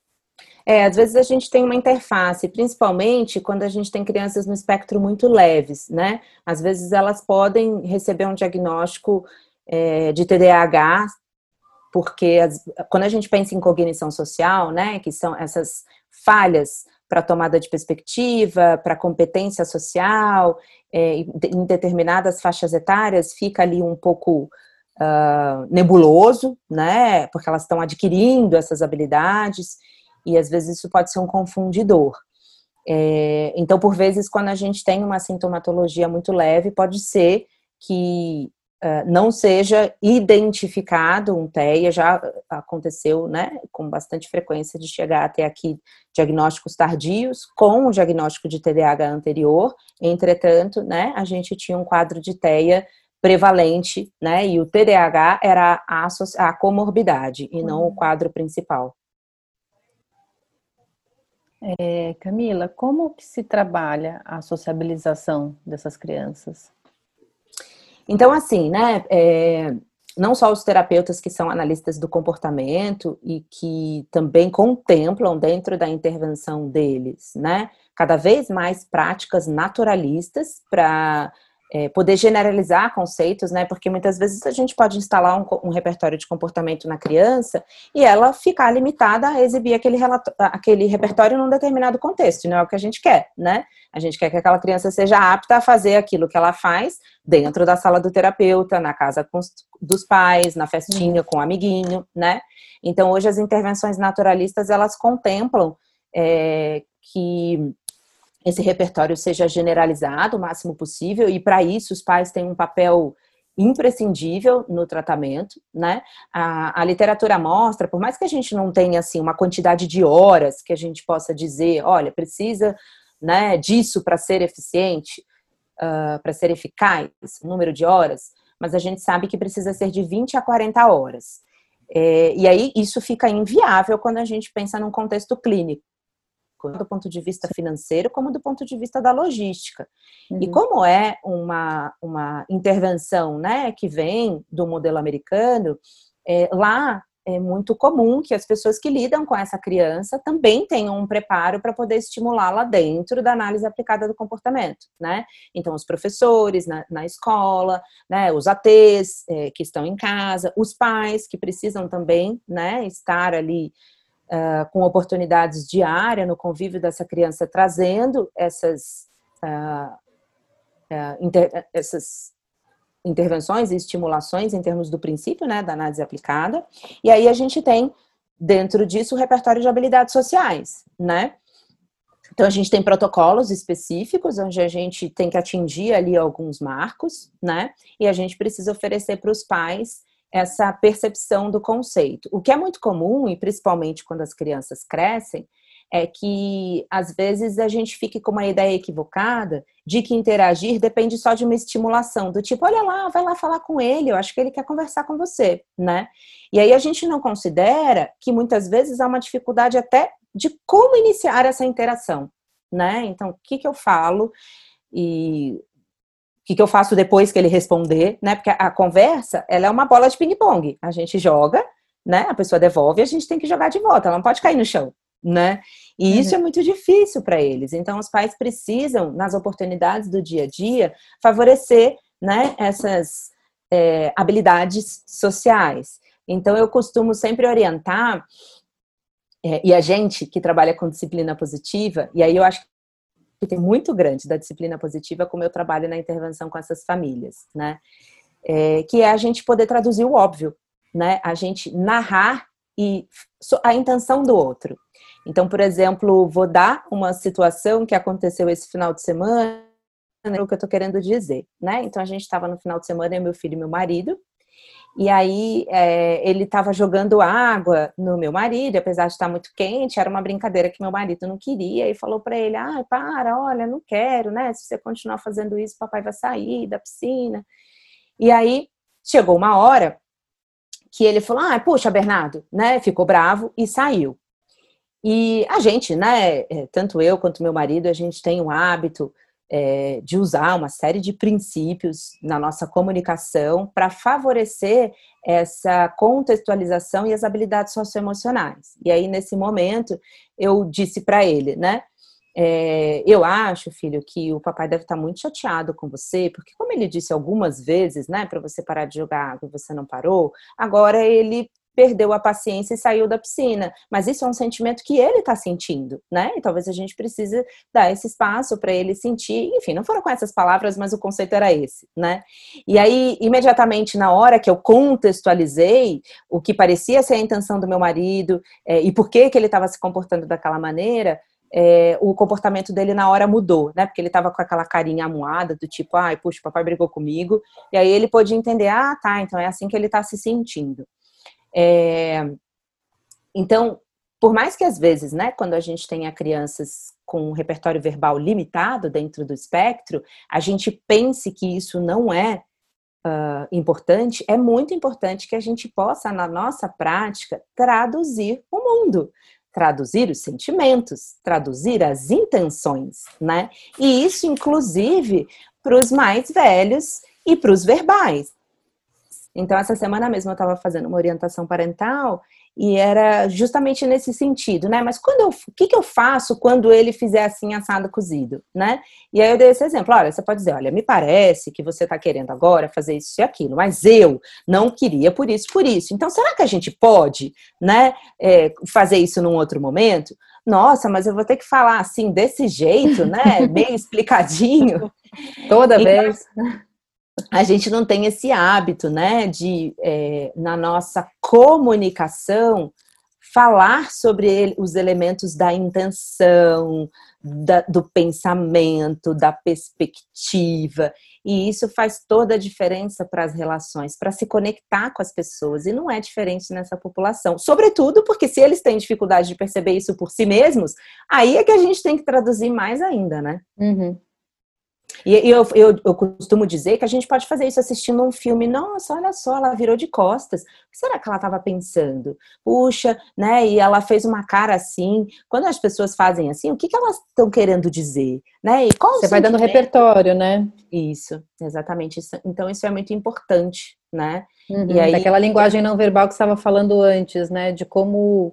É, às vezes a gente tem uma interface, principalmente quando a gente tem crianças no espectro muito leves, né? Às vezes elas podem receber um diagnóstico é, de T D A H, porque as, quando a gente pensa em cognição social, né? Que são essas falhas para tomada de perspectiva, para competência social, é, em determinadas faixas etárias fica ali um pouco uh, nebuloso, né? Porque elas estão adquirindo essas habilidades e às vezes isso pode ser um confundidor. É, então, por vezes, quando a gente tem uma sintomatologia muito leve, pode ser que Uh, não seja identificado um T E A, já aconteceu, né, com bastante frequência de chegar até aqui diagnósticos tardios com o diagnóstico de T D A H anterior, entretanto, né, a gente tinha um quadro de T E A prevalente, né, e o T D A H era a, a comorbidade e não o quadro principal.
É, Camila, como que se trabalha a sociabilização dessas crianças?
Então, assim, né, é, não só os terapeutas que são analistas do comportamento e que também contemplam dentro da intervenção deles, né, cada vez mais práticas naturalistas para é, poder generalizar conceitos, né, porque muitas vezes a gente pode instalar um, um repertório de comportamento na criança e ela ficar limitada a exibir aquele, aquele repertório num determinado contexto, não é o que a gente quer, né? A gente quer que aquela criança seja apta a fazer aquilo que ela faz dentro da sala do terapeuta, na casa com os, dos pais, na festinha com o amiguinho, né? Então, hoje as intervenções naturalistas, elas contemplam é, que esse repertório seja generalizado o máximo possível e, para isso, os pais têm um papel imprescindível no tratamento, né? A, a literatura mostra, por mais que a gente não tenha, assim, uma quantidade de horas que a gente possa dizer, olha, precisa, né, disso para ser eficiente, uh, para ser eficaz, número de horas, mas a gente sabe que precisa ser de vinte a quarenta horas. É, e aí isso fica inviável quando a gente pensa num contexto clínico, do ponto de vista financeiro, como do ponto de vista da logística. Uhum. E como é uma, uma intervenção, né, que vem do modelo americano, é, lá é muito comum que as pessoas que lidam com essa criança também tenham um preparo para poder estimulá-la dentro da análise aplicada do comportamento, né? Então, os professores na, na escola, né, os A Tês é, que estão em casa, os pais que precisam também, né, estar ali Uh, com oportunidades diárias no convívio dessa criança, trazendo essas, uh, uh, inter, essas intervenções e estimulações em termos do princípio, né, da análise aplicada. E aí a gente tem, dentro disso, o repertório de habilidades sociais, né? Então, a gente tem protocolos específicos, onde a gente tem que atingir ali alguns marcos, né? E a gente precisa oferecer para os pais essa percepção do conceito. O que é muito comum, e principalmente quando as crianças crescem, é que, às vezes, a gente fique com uma ideia equivocada de que interagir depende só de uma estimulação, do tipo, olha lá, vai lá falar com ele, eu acho que ele quer conversar com você, né? E aí a gente não considera que, muitas vezes, há uma dificuldade até de como iniciar essa interação, né? Então, o que que eu falo e o que que eu faço depois que ele responder, né? Porque a conversa, ela é uma bola de ping-pong, a gente joga, né? A pessoa devolve e a gente tem que jogar de volta, ela não pode cair no chão, né? E uhum. isso é muito difícil para eles. Então, os pais precisam, nas oportunidades do dia a dia, favorecer, né, essas é, habilidades sociais. Então, eu costumo sempre orientar, é, e a gente que trabalha com disciplina positiva, e aí eu acho que tem muito grande da disciplina positiva, como eu trabalho na intervenção com essas famílias, né? É, que é a gente poder traduzir o óbvio, né? A gente narrar e a intenção do outro. Então, por exemplo, vou dar uma situação que aconteceu esse final de semana, o que eu tô querendo dizer, né? Então, a gente estava no final de semana, eu, meu filho e meu marido, e aí é, ele estava jogando água no meu marido, apesar de estar muito quente, era uma brincadeira que meu marido não queria, e falou para ele, ah, para, olha, não quero, né? Se você continuar fazendo isso, papai vai sair da piscina. E aí, chegou uma hora que ele falou, ah, puxa, Bernardo, né? Ficou bravo e saiu. E a gente, né, tanto eu quanto meu marido, a gente tem um hábito é, de usar uma série de princípios na nossa comunicação para favorecer essa contextualização e as habilidades socioemocionais. E aí, nesse momento, eu disse para ele, né, é, eu acho, filho, que o papai deve estar muito chateado com você, porque como ele disse algumas vezes, né, para você parar de jogar água e você não parou, agora ele perdeu a paciência e saiu da piscina, mas isso é um sentimento que ele está sentindo, né, e talvez a gente precise dar esse espaço para ele sentir, enfim, não foram com essas palavras, mas o conceito era esse, né, e aí, imediatamente na hora que eu contextualizei o que parecia ser a intenção do meu marido, é, e por que que ele estava se comportando daquela maneira, É, o comportamento dele na hora mudou, né? Porque ele tava com aquela carinha amuada, do tipo, ai, puxa, o papai brigou comigo. E aí ele pôde entender, ah, tá, então é assim que ele tá se sentindo. É, então, por mais que às vezes, né, quando a gente tenha crianças com um repertório verbal limitado dentro do espectro, a gente pense que isso não é uh, importante, é muito importante que a gente possa, na nossa prática, traduzir o mundo. Traduzir os sentimentos, traduzir as intenções, né? E isso, inclusive, para os mais velhos e para os verbais. Então, essa semana mesmo eu estava fazendo uma orientação parental e era justamente nesse sentido, né? Mas quando eu, o que, que eu faço quando ele fizer assim, assado, cozido, né? E aí eu dei esse exemplo, olha, você pode dizer, olha, me parece que você está querendo agora fazer isso e aquilo, mas eu não queria por isso, por isso. Então, será que a gente pode, né, é, fazer isso num outro momento? Nossa, mas eu vou ter que falar assim, desse jeito, né? Meio explicadinho.
Toda
então,
vez.
A gente não tem esse hábito, né, de, é, na nossa comunicação, falar sobre ele, os elementos da intenção, da, do pensamento, da perspectiva, e isso faz toda a diferença para as relações, para se conectar com as pessoas, e não é diferente nessa população, sobretudo porque se eles têm dificuldade de perceber isso por si mesmos, aí é que a gente tem que traduzir mais ainda, né?
Uhum.
E eu, eu, eu costumo dizer que a gente pode fazer isso assistindo um filme. Nossa, olha só, ela virou de costas. O que será que ela estava pensando? Puxa, né? E ela fez uma cara assim. Quando as pessoas fazem assim, o que, que elas estão querendo dizer? Né? E qual
Você vai dando repertório, né?
Isso, exatamente. Isso, então, isso é muito importante, né?
Uhum,
e aí,
daquela linguagem não verbal que você estava falando antes, né? De como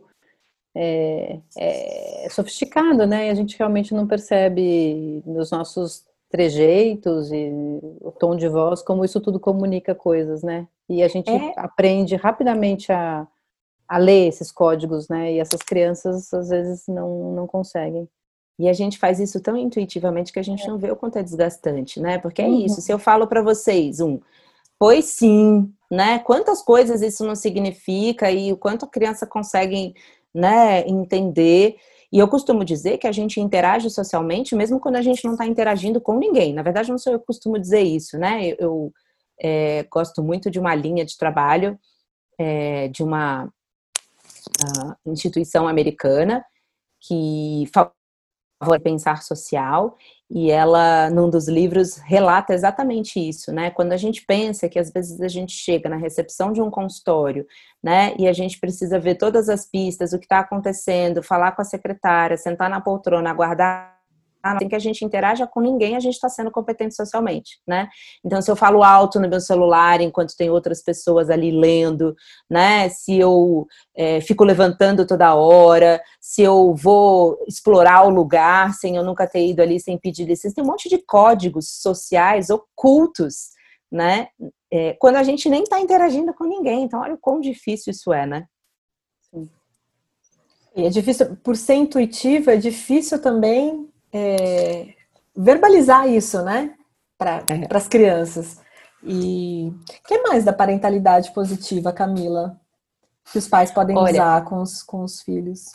é, é sofisticado, né? E a gente realmente não percebe nos nossos trejeitos e o tom de voz, como isso tudo comunica coisas, né? E a gente
é...
aprende rapidamente a, a ler esses códigos, né? E essas crianças, às vezes, não, não conseguem.
E a gente faz isso tão intuitivamente que a gente é. não vê o quanto é desgastante, né? Porque é
uhum.
isso, se eu falo para vocês, um, pois sim, né? Quantas coisas isso não significa e o quanto a criança consegue, né, entender. E eu costumo dizer que a gente interage socialmente mesmo quando a gente não está interagindo com ninguém. Na verdade, não sou eu que costumo dizer isso, né? Eu, eu é, gosto muito de uma linha de trabalho é, de uma uh, instituição americana que favor pensar social, e ela, num dos livros, relata exatamente isso, né? Quando a gente pensa que às vezes a gente chega na recepção de um consultório, né? E a gente precisa ver todas as pistas, o que está acontecendo, falar com a secretária, sentar na poltrona, aguardar. Sem que a gente interaja com ninguém, a gente está sendo competente socialmente, né? Então, se eu falo alto no meu celular enquanto tem outras pessoas ali lendo, né? Se eu é, fico levantando toda hora, se eu vou explorar o lugar sem eu nunca ter ido ali, sem pedir licença, tem um monte de códigos sociais ocultos, né? É, quando a gente nem está interagindo com ninguém. Então, olha o quão difícil isso é, né?
Sim. E é difícil, por ser intuitivo, é difícil também É, verbalizar isso, né, para
É.
as crianças. E o que mais da parentalidade positiva, Camila, que os pais podem Olha, usar com os, com os filhos?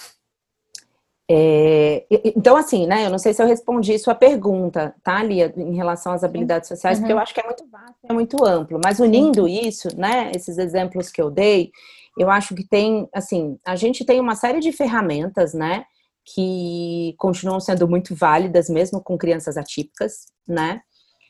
É, então, assim, né, eu não sei se eu respondi sua pergunta, tá, Lia, em relação às habilidades sociais, uhum. porque eu acho que é muito vasto, é muito amplo, mas unindo Sim. isso, né, esses exemplos que eu dei, eu acho que tem, assim, a gente tem uma série de ferramentas, né, que continuam sendo muito válidas, mesmo com crianças atípicas, né?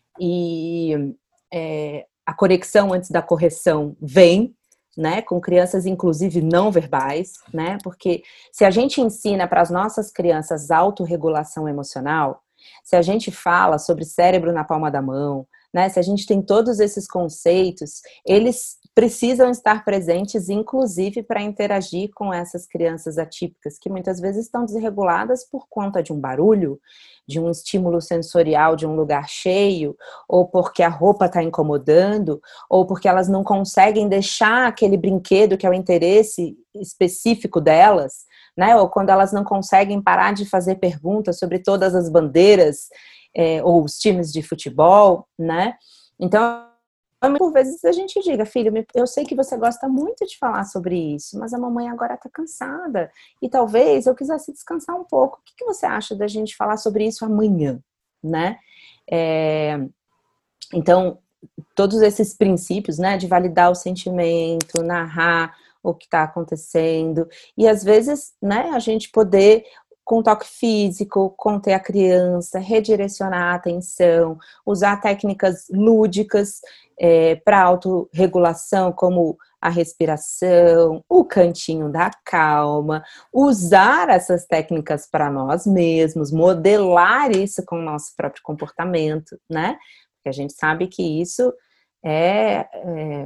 E é, a conexão antes da correção vem, né? Com crianças, inclusive, não verbais, né? Porque se a gente ensina para as nossas crianças autorregulação emocional, se a gente fala sobre cérebro na palma da mão, né? Se a gente tem todos esses conceitos, eles precisam estar presentes, inclusive, para interagir com essas crianças atípicas, que muitas vezes estão desreguladas por conta de um barulho, de um estímulo sensorial de um lugar cheio, ou porque a roupa está incomodando, ou porque elas não conseguem deixar aquele brinquedo que é o interesse específico delas, né? Ou quando elas não conseguem parar de fazer perguntas sobre todas as bandeiras, é, ou os times de futebol, né? Então, por vezes a gente diga, filho, eu sei que você gosta muito de falar sobre isso, mas a mamãe agora tá cansada e talvez eu quisesse descansar um pouco. O que, que você acha da gente falar sobre isso amanhã, né? É, então, todos esses princípios, né, de validar o sentimento, narrar o que está acontecendo e às vezes, né, a gente poder com toque físico, conter a criança, redirecionar a atenção, usar técnicas lúdicas é, para autorregulação, como a respiração, o cantinho da calma, usar essas técnicas para nós mesmos, modelar isso com o nosso próprio comportamento, né? Porque a gente sabe que isso é, é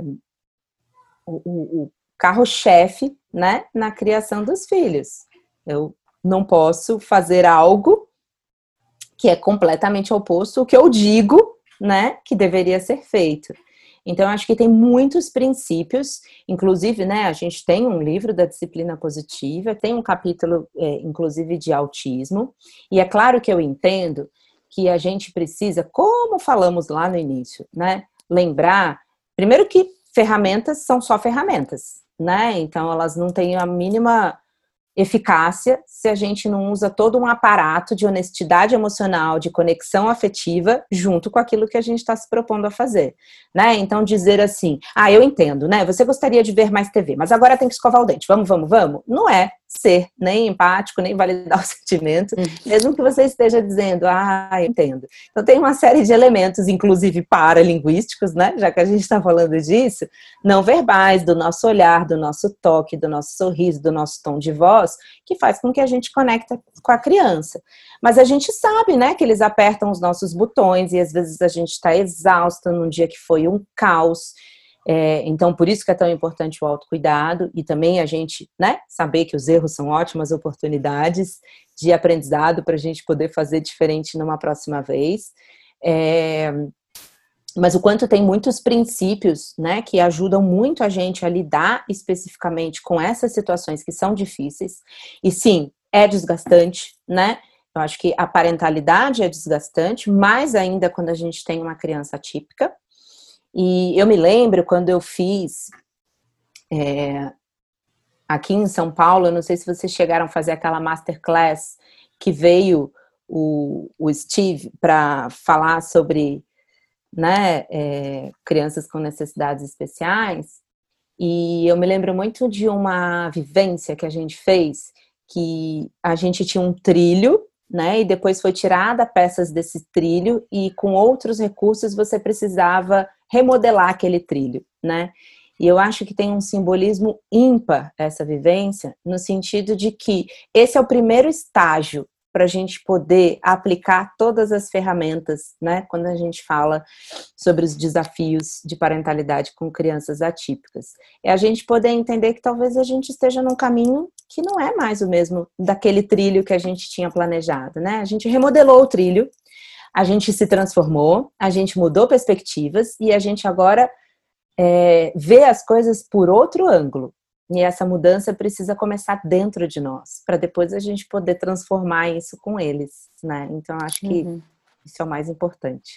o, o carro-chefe, né, na criação dos filhos. Eu não posso fazer algo que é completamente oposto ao que eu digo, né, que deveria ser feito. Então, acho que tem muitos princípios, inclusive, né, a gente tem um livro da disciplina positiva, tem um capítulo, é, inclusive, de autismo, e é claro que eu entendo que a gente precisa, como falamos lá no início, né, lembrar, primeiro que ferramentas são só ferramentas, né, então elas não têm a mínima eficácia se a gente não usa todo um aparato de honestidade emocional, de conexão afetiva, junto com aquilo que a gente está se propondo a fazer, né? Então dizer assim, ah, eu entendo, né? Você gostaria de ver mais T V, mas agora tem que escovar o dente, vamos, vamos, vamos? Não é ser nem empático, nem validar o sentimento, mesmo que você esteja dizendo, ah, eu entendo. Então tem uma série de elementos, inclusive paralinguísticos, né? Já que a gente está falando disso, não verbais, do nosso olhar, do nosso toque, do nosso sorriso, do nosso tom de voz, que faz com que a gente conecte com a criança. Mas a gente sabe, né, que eles apertam os nossos botões e às vezes a gente está exausta num dia que foi um caos. É, então, por isso que é tão importante o autocuidado e também a gente, né, saber que os erros são ótimas oportunidades de aprendizado para a gente poder fazer diferente numa próxima vez. É, mas o quanto tem muitos princípios, né, que ajudam muito a gente a lidar especificamente com essas situações que são difíceis. E sim, é desgastante, né? Eu acho que a parentalidade é desgastante, mais ainda quando a gente tem uma criança atípica. E eu me lembro quando eu fiz é, aqui em São Paulo, eu não sei se vocês chegaram a fazer aquela masterclass que veio o, o Steve para falar sobre, né, é, crianças com necessidades especiais. E eu me lembro muito de uma vivência que a gente fez, que a gente tinha um trilho, né, e depois foi tirada peças desse trilho e com outros recursos você precisava remodelar aquele trilho, né? E eu acho que tem um simbolismo ímpar essa vivência, no sentido de que esse é o primeiro estágio para a gente poder aplicar todas as ferramentas, né, quando a gente fala sobre os desafios de parentalidade com crianças atípicas. É a gente poder entender que talvez a gente esteja num caminho que não é mais o mesmo daquele trilho que a gente tinha planejado, né? A gente remodelou o trilho, a gente se transformou, a gente mudou perspectivas e a gente agora é, vê as coisas por outro ângulo. E essa mudança precisa começar dentro de nós, para depois a gente poder transformar isso com eles, né? Então, acho que uhum. isso é o mais importante.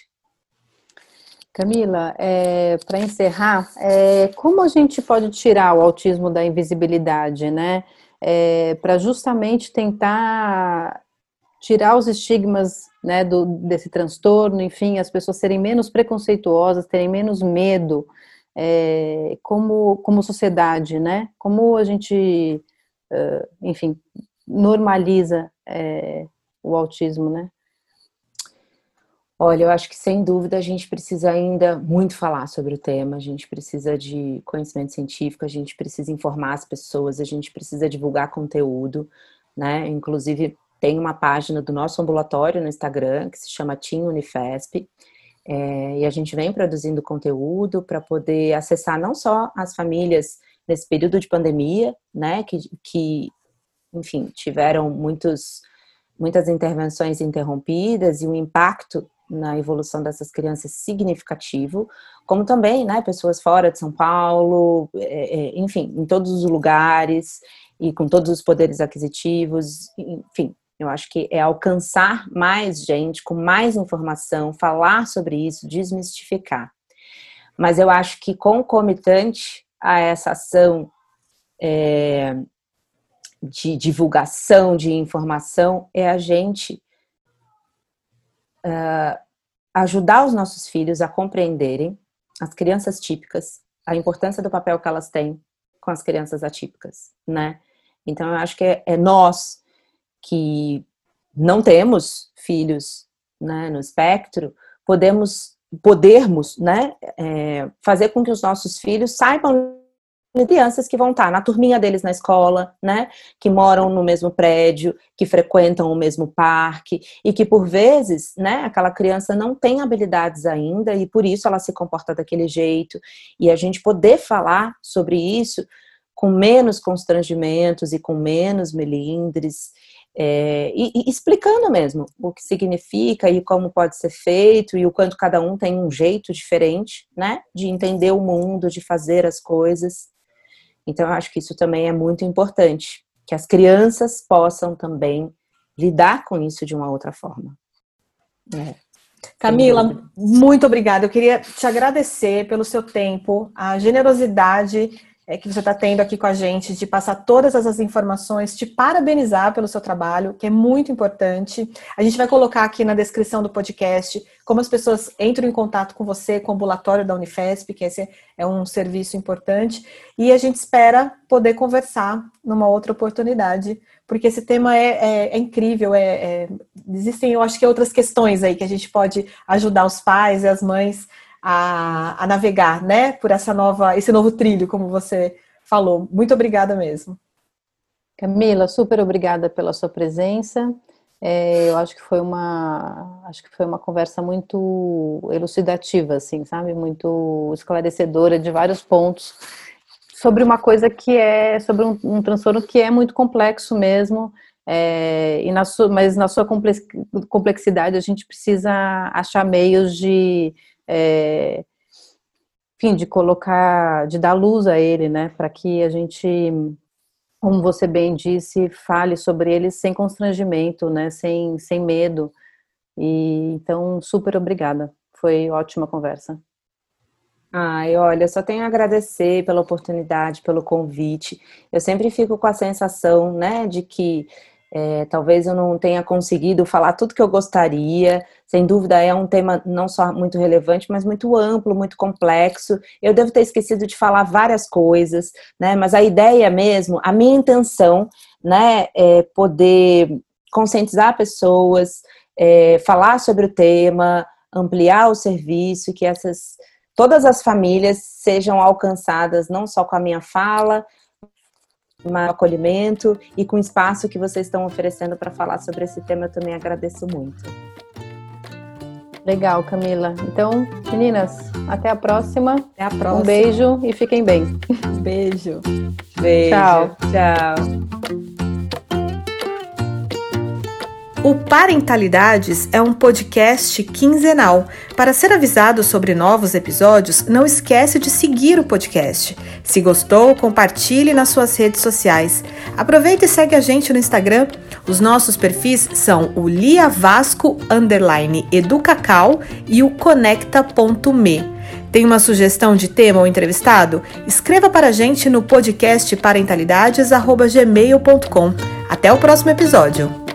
Camila, é, para encerrar, é, como a gente pode tirar o autismo da invisibilidade, né? É, para justamente tentar tirar os estigmas, né, do, desse transtorno, enfim, as pessoas serem menos preconceituosas, terem menos medo, é, como, como sociedade, né? Como a gente, uh, enfim, normaliza é, o autismo, né?
Olha, eu acho que sem dúvida a gente precisa ainda muito falar sobre o tema, a gente precisa de conhecimento científico, a gente precisa informar as pessoas, a gente precisa divulgar conteúdo, né? Inclusive tem uma página do nosso ambulatório no Instagram que se chama Team Unifesp, é, e a gente vem produzindo conteúdo para poder acessar não só as famílias nesse período de pandemia, né? Que, que enfim, tiveram muitos, muitas intervenções interrompidas e um impacto na evolução dessas crianças significativo, como também, né, pessoas fora de São Paulo, é, enfim, em todos os lugares e com todos os poderes aquisitivos, enfim, eu acho que é alcançar mais gente, com mais informação, falar sobre isso, desmistificar. Mas eu acho que concomitante a essa ação é, de divulgação, de informação, é a gente Uh, ajudar os nossos filhos a compreenderem as crianças típicas, a importância do papel que elas têm com as crianças atípicas, né? Então, eu acho que é, é nós que não temos filhos, né, no espectro, podemos, podermos, né, é, fazer com que os nossos filhos saibam crianças que vão estar na turminha deles na escola, né, que moram no mesmo prédio, que frequentam o mesmo parque e que por vezes, né, aquela criança não tem habilidades ainda e por isso ela se comporta daquele jeito, e a gente poder falar sobre isso com menos constrangimentos e com menos melindres, é, e, e explicando mesmo o que significa e como pode ser feito e o quanto cada um tem um jeito diferente, né, de entender o mundo, de fazer as coisas. Então, eu acho que isso também é muito importante, que as crianças possam também lidar com isso de uma outra forma.
É. Camila, muito obrigada. Eu queria te agradecer pelo seu tempo, a generosidade é, que você está tendo aqui com a gente, de passar todas essas informações, te parabenizar pelo seu trabalho, que é muito importante. A gente vai colocar aqui na descrição do podcast como as pessoas entram em contato com você, com o ambulatório da Unifesp, que esse é um serviço importante, e a gente espera poder conversar numa outra oportunidade, porque esse tema é, é, é incrível, é, é, existem, eu acho que outras questões aí que a gente pode ajudar os pais e as mães A, a navegar, né, por essa nova, esse novo trilho, como você falou. Muito obrigada mesmo.
Camila, super obrigada pela sua presença. É, eu acho que foi uma, acho que foi uma conversa muito elucidativa, assim, sabe, muito esclarecedora de vários pontos sobre uma coisa que é, sobre um, um transtorno que é muito complexo mesmo. É, e na sua, mas na sua complexidade a gente precisa achar meios de É, enfim, de colocar, de dar luz a ele, né, para que a gente, como você bem disse, fale sobre ele sem constrangimento, né, sem, sem medo, e então, super obrigada, foi ótima conversa.
Ai, olha, eu só tenho a agradecer pela oportunidade, pelo convite. Eu sempre fico com a sensação, né, de que é, talvez eu não tenha conseguido falar tudo que eu gostaria. Sem dúvida é um tema não só muito relevante, mas muito amplo, muito complexo. Eu devo ter esquecido de falar várias coisas, né, mas a ideia mesmo, a minha intenção, né, é poder conscientizar pessoas, é, falar sobre o tema, ampliar o serviço, que essas todas as famílias sejam alcançadas não só com a minha fala, mas com acolhimento e com o espaço que vocês estão oferecendo para falar sobre esse tema. Eu também agradeço muito.
Legal, Camila. Então, meninas, até a próxima.
Até a próxima.
Um beijo e fiquem bem.
Beijo.
Beijo.
Tchau.
Tchau.
O Parentalidades é um podcast quinzenal. Para ser avisado sobre novos episódios, não esquece de seguir o podcast. Se gostou, compartilhe nas suas redes sociais. Aproveita e segue a gente no Instagram. Os nossos perfis são o liavasco underline educacau e o conecta ponto me. Tem uma sugestão de tema ou entrevistado? Escreva para a gente no podcast parentalidades arroba gmail ponto com. Até o próximo episódio.